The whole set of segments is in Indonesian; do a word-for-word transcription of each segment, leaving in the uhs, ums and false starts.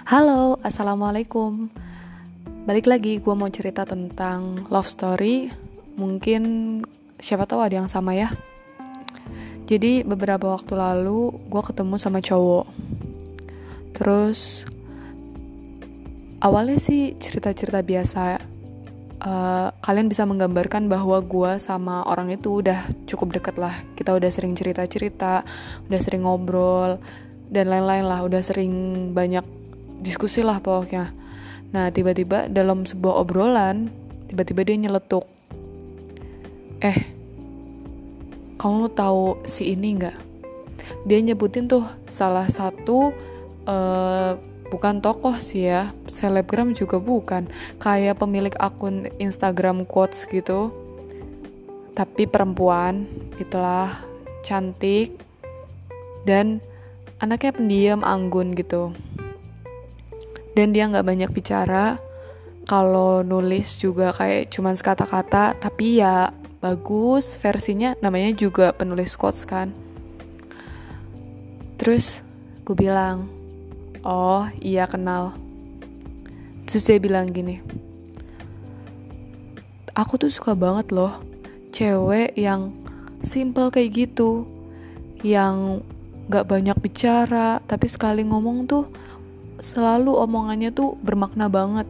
Halo, assalamualaikum. Balik lagi, gue mau cerita tentang love story. Mungkin siapa tahu ada yang sama ya. Jadi beberapa waktu lalu gue ketemu sama cowok. Terus awalnya sih cerita-cerita biasa. uh, Kalian bisa menggambarkan bahwa gue sama orang itu udah cukup deket lah. Kita udah sering cerita-cerita, udah sering ngobrol dan lain-lain lah. Udah sering banyak diskusi lah pokoknya. Nah tiba-tiba dalam sebuah obrolan, tiba-tiba dia nyeletuk, Eh kamu tahu si ini gak? Dia nyebutin tuh salah satu uh, bukan tokoh sih ya, selebgram juga bukan, kayak pemilik akun Instagram quotes gitu, tapi perempuan itulah, cantik dan anaknya pendiam, anggun gitu. Dan dia gak banyak bicara. Kalau nulis juga kayak cuman sekata-kata, tapi ya bagus versinya, namanya juga penulis quotes kan. Terus gue bilang, oh iya kenal. Terus dia bilang gini, aku tuh suka banget loh cewek yang simple kayak gitu, yang gak banyak bicara, tapi sekali ngomong tuh selalu omongannya tuh bermakna banget.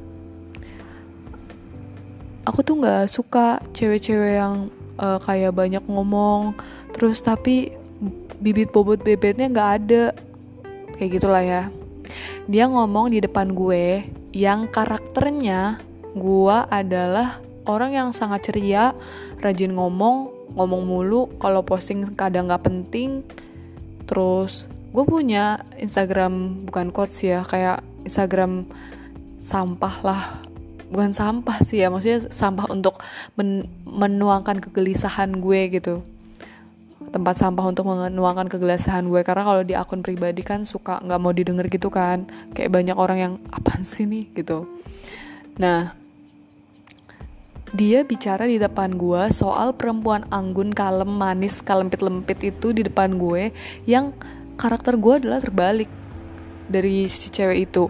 Aku tuh gak suka cewek-cewek yang uh, kayak banyak ngomong terus tapi bibit bobot bebetnya gak ada, kayak gitulah ya. Dia ngomong di depan gue yang karakternya gue adalah orang yang sangat ceria, rajin ngomong, ngomong mulu, kalau posting kadang gak penting. Terus gue punya Instagram bukan quotes ya, kayak Instagram sampah lah, bukan sampah sih ya, maksudnya sampah untuk men- menuangkan kegelisahan gue gitu, tempat sampah untuk menuangkan kegelisahan gue. Karena kalau di akun pribadi kan suka nggak mau didengar gitu kan, kayak banyak orang yang apaan sih nih gitu. Nah dia bicara di depan gue soal perempuan anggun, kalem, manis, kalempit-lempit itu di depan gue, yang karakter gue adalah terbalik dari si cewek itu.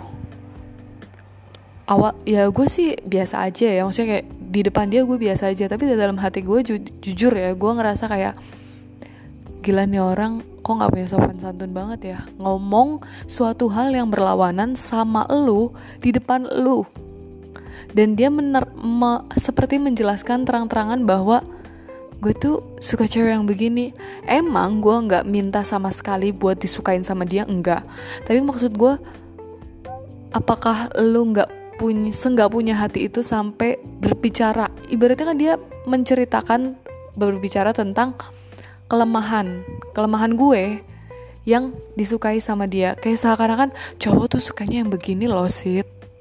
Awal ya gue sih biasa aja ya, maksudnya kayak di depan dia gue biasa aja, tapi di dalam hati gue ju- jujur ya, gue ngerasa kayak gila nih orang kok nggak punya sopan santun banget ya, ngomong suatu hal yang berlawanan sama elu di depan elu. Dan dia mener- me- seperti menjelaskan terang-terangan bahwa gue tuh suka cewek yang begini. Emang gue gak minta sama sekali buat disukain sama dia, enggak. Tapi maksud gue, apakah lu gak punya, se-gak punya hati itu sampai berbicara. Ibaratnya kan dia menceritakan, berbicara tentang kelemahan Kelemahan gue yang disukai sama dia. Kayak seakan-akan cowok tuh sukanya yang begini loh Sid.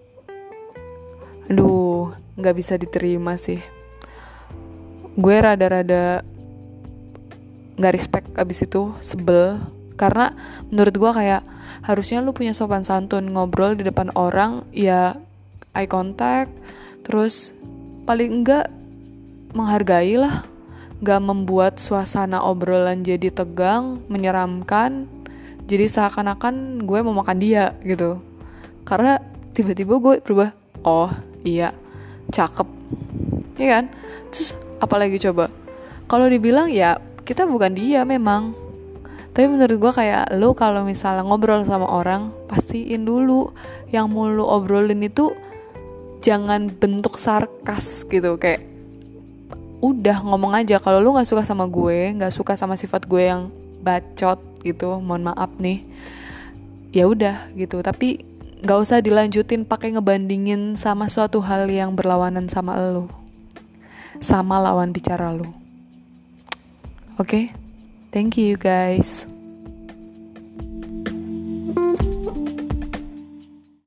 Aduh, gak bisa diterima sih. Gue rada-rada gak respect abis itu, sebel. Karena menurut gue kayak harusnya lu punya sopan santun, ngobrol di depan orang ya eye contact, terus paling enggak menghargai lah, gak membuat suasana obrolan jadi tegang, menyeramkan, jadi seakan-akan gue mau makan dia gitu. Karena tiba-tiba gue berubah, oh iya cakep, ya kan? Terus apalagi coba, kalau dibilang ya kita bukan dia memang, tapi menurut gue kayak lo kalau misalnya ngobrol sama orang, pastiin dulu yang mau lo obrolin itu jangan bentuk sarkas gitu, kayak udah ngomong aja kalau lo nggak suka sama gue, nggak suka sama sifat gue yang bacot gitu, mohon maaf nih, ya udah gitu. Tapi nggak usah dilanjutin pakai ngebandingin sama suatu hal yang berlawanan sama lo, sama lawan bicara lo. Oke, okay? Thank you guys.